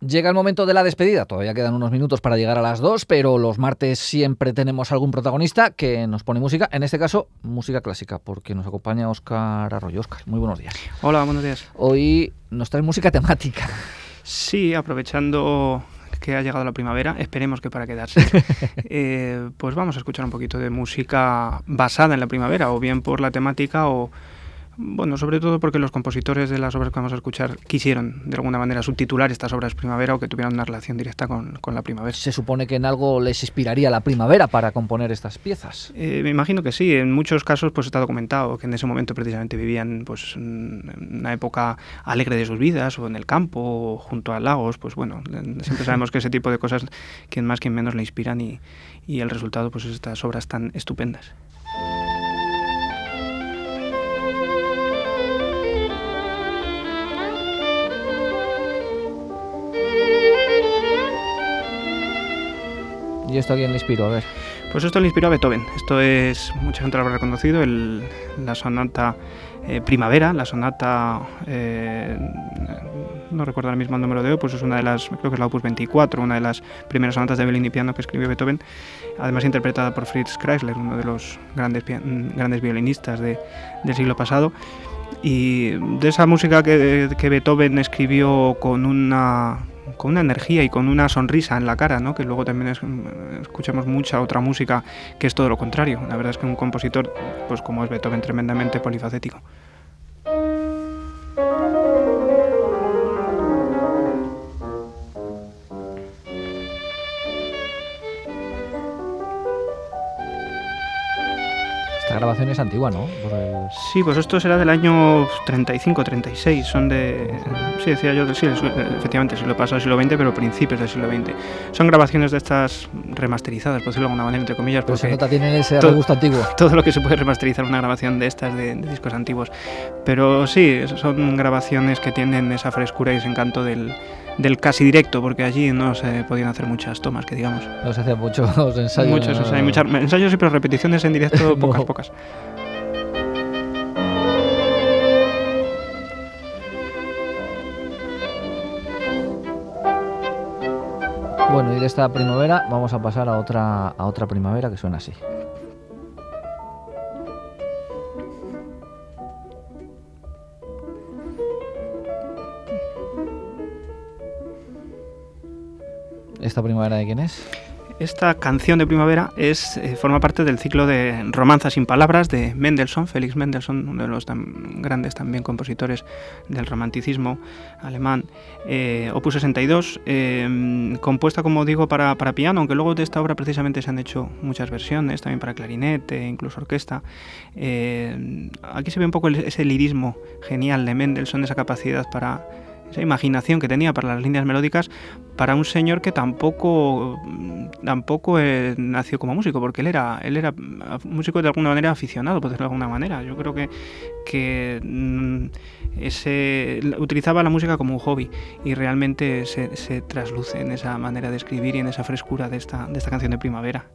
Llega el momento de la despedida, todavía quedan unos minutos para llegar a las 2, pero los martes siempre tenemos algún protagonista que nos pone música, en este caso música clásica, porque nos acompaña Óscar Arroyo. Óscar, muy buenos días. Hola, buenos días. Hoy nos trae música temática. Sí, aprovechando que ha llegado la primavera, esperemos que para quedarse, pues vamos a escuchar un poquito de música basada en la primavera, o bien por la temática o... Bueno, sobre todo porque los compositores de las obras que vamos a escuchar quisieron, de alguna manera, subtitular estas obras primavera o que tuvieran una relación directa con la primavera. ¿Se supone que en algo les inspiraría la primavera para componer estas piezas? Me imagino que sí. En muchos casos pues está documentado que en ese momento precisamente vivían pues una época alegre de sus vidas, o en el campo, o junto a lagos. Pues bueno, siempre sabemos que ese tipo de cosas, quien más, quien menos, le inspiran y el resultado pues es estas obras tan estupendas. ¿Y esto a quién le inspiró? A ver. Pues esto le inspiró a Beethoven. Esto es, mucha gente lo habrá reconocido, la sonata Primavera, la sonata, no recuerdo ahora mismo el número de hoy, pues es una de las, creo que es la Opus 24, una de las primeras sonatas de violín y piano que escribió Beethoven, además interpretada por Fritz Kreisler, uno de los grandes violinistas del siglo pasado. Y de esa música que Beethoven escribió con una energía y con una sonrisa en la cara, ¿no? Que luego también escuchamos mucha otra música que es todo lo contrario. La verdad es que un compositor, pues como es Beethoven, tremendamente polifacético. Esta grabación es antigua, ¿no? Sí, pues esto será del año 35-36, son de... Sí, decía yo, sí, efectivamente, siglo pasado, siglo XX, pero principios del siglo XX. Son grabaciones de estas remasterizadas, por decirlo de alguna manera, entre comillas, porque se nota, tienen ese regusto antiguo. Todo lo que se puede remasterizar una grabación de estas, de discos antiguos. Pero sí, son grabaciones que tienen esa frescura y ese encanto del casi directo, porque allí no se podían hacer muchas tomas, que digamos. No se hacían muchos ensayos. Muchos ensayos, muchos ensayos sí, pero repeticiones en directo pocas. Bueno, y de esta primavera vamos a pasar a otra primavera que suena así. ¿Esta primavera de quién es? Esta canción de primavera forma parte del ciclo de Romanza sin palabras de Mendelssohn, Felix Mendelssohn, uno de los grandes también compositores del romanticismo alemán, Opus 62, compuesta, como digo, para piano, aunque luego de esta obra precisamente se han hecho muchas versiones, también para clarinete, incluso orquesta. Aquí se ve un poco ese lirismo genial de Mendelssohn, esa capacidad para... esa imaginación que tenía para las líneas melódicas, para un señor que tampoco nació como músico, porque él era músico de alguna manera aficionado, por decirlo de alguna manera. Yo creo que utilizaba la música como un hobby y realmente se trasluce en esa manera de escribir y en esa frescura de esta canción de primavera.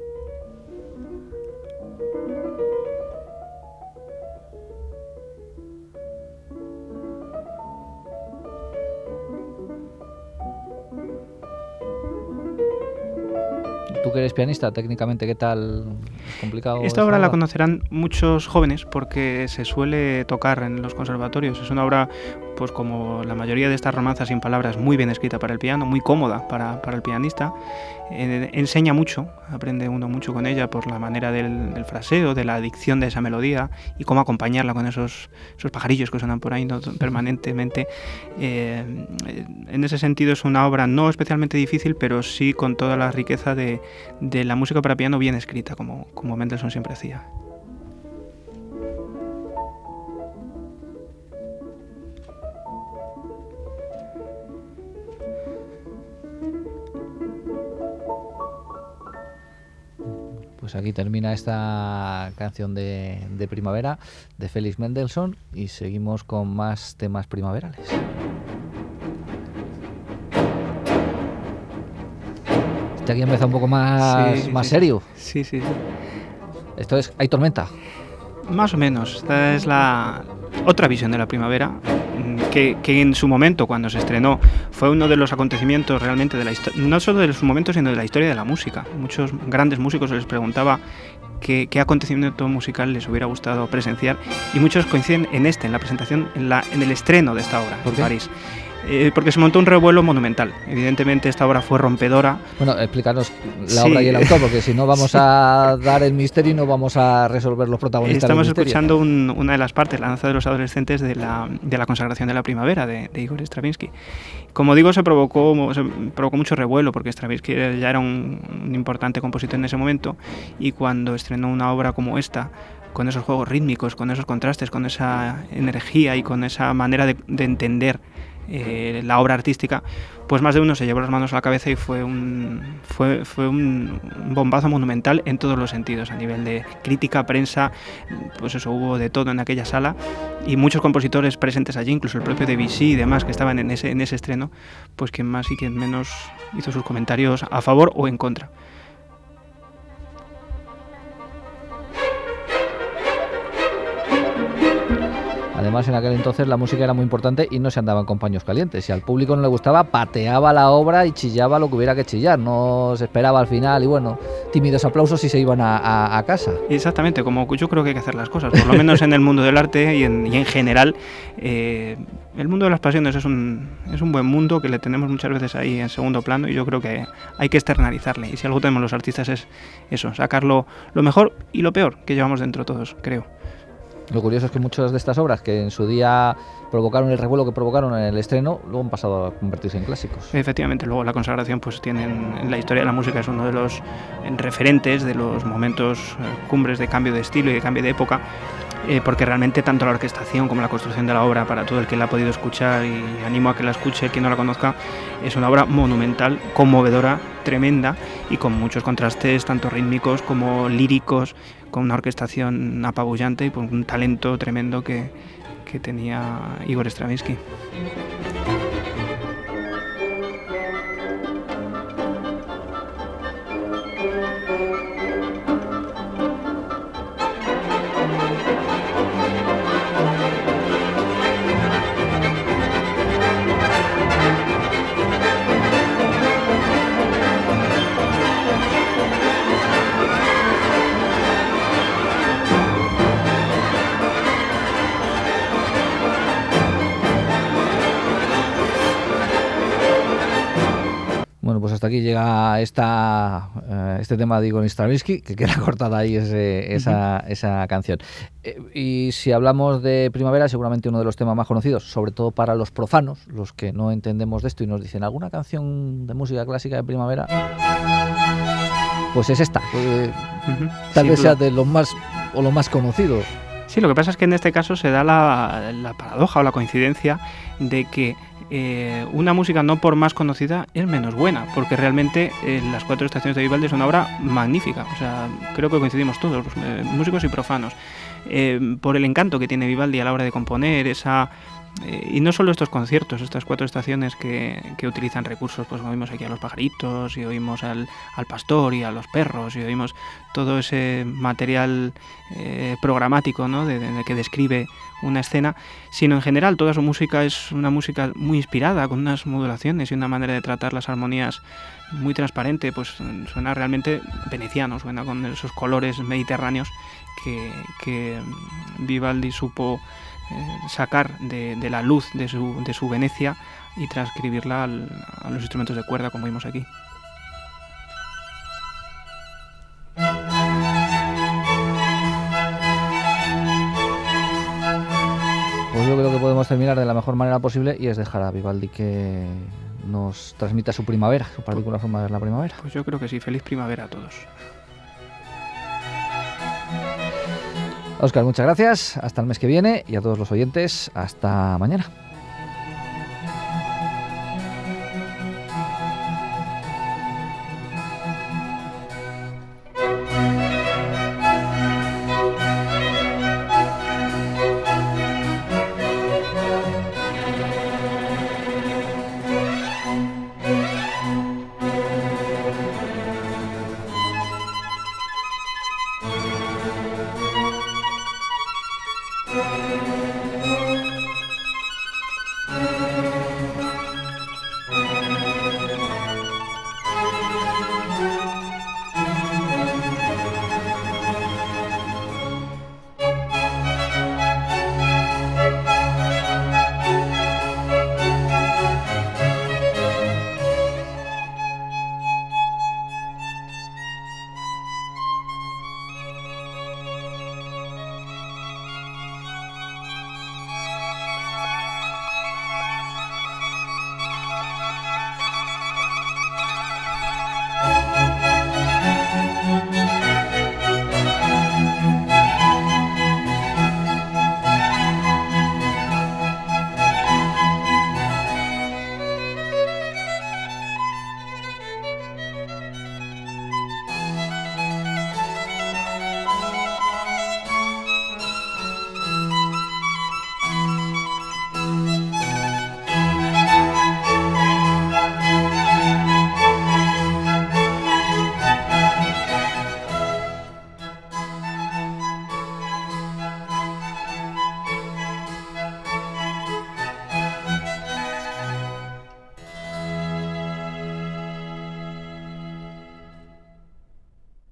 Tú que eres pianista, técnicamente, ¿qué tal? ¿Es complicado? Esta obra la conocerán muchos jóvenes porque se suele tocar en los conservatorios. Es una obra, pues como la mayoría de estas romanzas sin palabras, muy bien escrita para el piano, muy cómoda para el pianista. Enseña mucho, aprende uno mucho con ella por la manera del fraseo, de la dicción de esa melodía y cómo acompañarla con esos pajarillos que suenan por ahí, ¿no? Permanentemente. En ese sentido es una obra no especialmente difícil, pero sí con toda la riqueza de la música para piano bien escrita, como Mendelssohn siempre hacía. Pues aquí termina esta canción de primavera de Felix Mendelssohn y seguimos con más temas primaverales. Este aquí empieza un poco más serio. Sí. Esto es ¿Hay tormenta? Más o menos. Esta es la otra visión de la primavera. que en su momento, cuando se estrenó, fue uno de los acontecimientos realmente de la historia, no solo de su momento, sino de la historia de la música. Muchos grandes músicos se les preguntaba qué acontecimiento musical les hubiera gustado presenciar, y muchos coinciden en la presentación, en el estreno de esta obra en París. Porque se montó un revuelo monumental. Evidentemente esta obra fue rompedora. Bueno, explícanos la obra y el autor, porque si no vamos a dar el misterio y no vamos a resolver los protagonistas. Estamos escuchando una de las partes, La danza de los adolescentes, de la consagración de la primavera de Igor Stravinsky. Como digo, se provocó mucho revuelo, porque Stravinsky ya era un importante compositor en ese momento, y cuando estrenó una obra como esta, con esos juegos rítmicos, con esos contrastes, con esa energía y con esa manera de entender la obra artística, pues más de uno se llevó las manos a la cabeza, y fue un bombazo monumental en todos los sentidos, a nivel de crítica, prensa, pues eso, hubo de todo en aquella sala, y muchos compositores presentes allí, incluso el propio Debussy y demás que estaban en ese estreno, pues quien más y quien menos hizo sus comentarios a favor o en contra. Además, en aquel entonces la música era muy importante y no se andaban con paños calientes. Si al público no le gustaba, pateaba la obra y chillaba lo que hubiera que chillar. No se esperaba al final y, bueno, tímidos aplausos y se iban a casa. Exactamente, como yo creo que hay que hacer las cosas, por lo menos en el mundo del arte y en general. El mundo de las pasiones es un buen mundo que le tenemos muchas veces ahí en segundo plano, y yo creo que hay que externalizarle. Y si algo tenemos los artistas es eso, sacarlo lo mejor y lo peor que llevamos dentro todos, creo. Lo curioso es que muchas de estas obras que en su día provocaron el revuelo que provocaron en el estreno, luego han pasado a convertirse en clásicos. Efectivamente, luego la consagración, pues tienen, en la historia de la música, es uno de los referentes, de los momentos cumbres de cambio de estilo y de cambio de época, porque realmente tanto la orquestación como la construcción de la obra, para todo el que la ha podido escuchar, y animo a que la escuche el que no la conozca, es una obra monumental, conmovedora, tremenda, y con muchos contrastes, tanto rítmicos como líricos, con una orquestación apabullante y con un talento tremendo que tenía Igor Stravinsky. Bueno, pues hasta aquí llega este tema de Igor Stravinsky, que queda cortada ahí esa canción. Y si hablamos de primavera, seguramente uno de los temas más conocidos, sobre todo para los profanos, los que no entendemos de esto y nos dicen ¿alguna canción de música clásica de primavera? Pues es esta, tal vez sea de lo más conocido. Sí, lo que pasa es que en este caso se da la paradoja o la coincidencia de que una música no por más conocida es menos buena, porque realmente Las Cuatro Estaciones de Vivaldi es una obra magnífica. O sea, creo que coincidimos todos, músicos y profanos, por el encanto que tiene Vivaldi a la hora de componer, y no solo estos conciertos, estas cuatro estaciones que utilizan recursos, pues oímos aquí a los pajaritos, y oímos al pastor y a los perros, y oímos todo ese material programático, ¿no?, de que describe una escena, sino en general toda su música es una música muy inspirada, con unas modulaciones y una manera de tratar las armonías muy transparente, pues suena realmente veneciano, suena con esos colores mediterráneos que Vivaldi supo sacar de la luz de su Venecia y transcribirla a los instrumentos de cuerda, como vimos aquí. Pues yo creo que podemos terminar de la mejor manera posible, y es dejar a Vivaldi que nos transmita su primavera, su particular forma de ver la primavera. Pues yo creo que sí. Feliz primavera a todos. Óscar, muchas gracias, hasta el mes que viene, y a todos los oyentes, hasta mañana.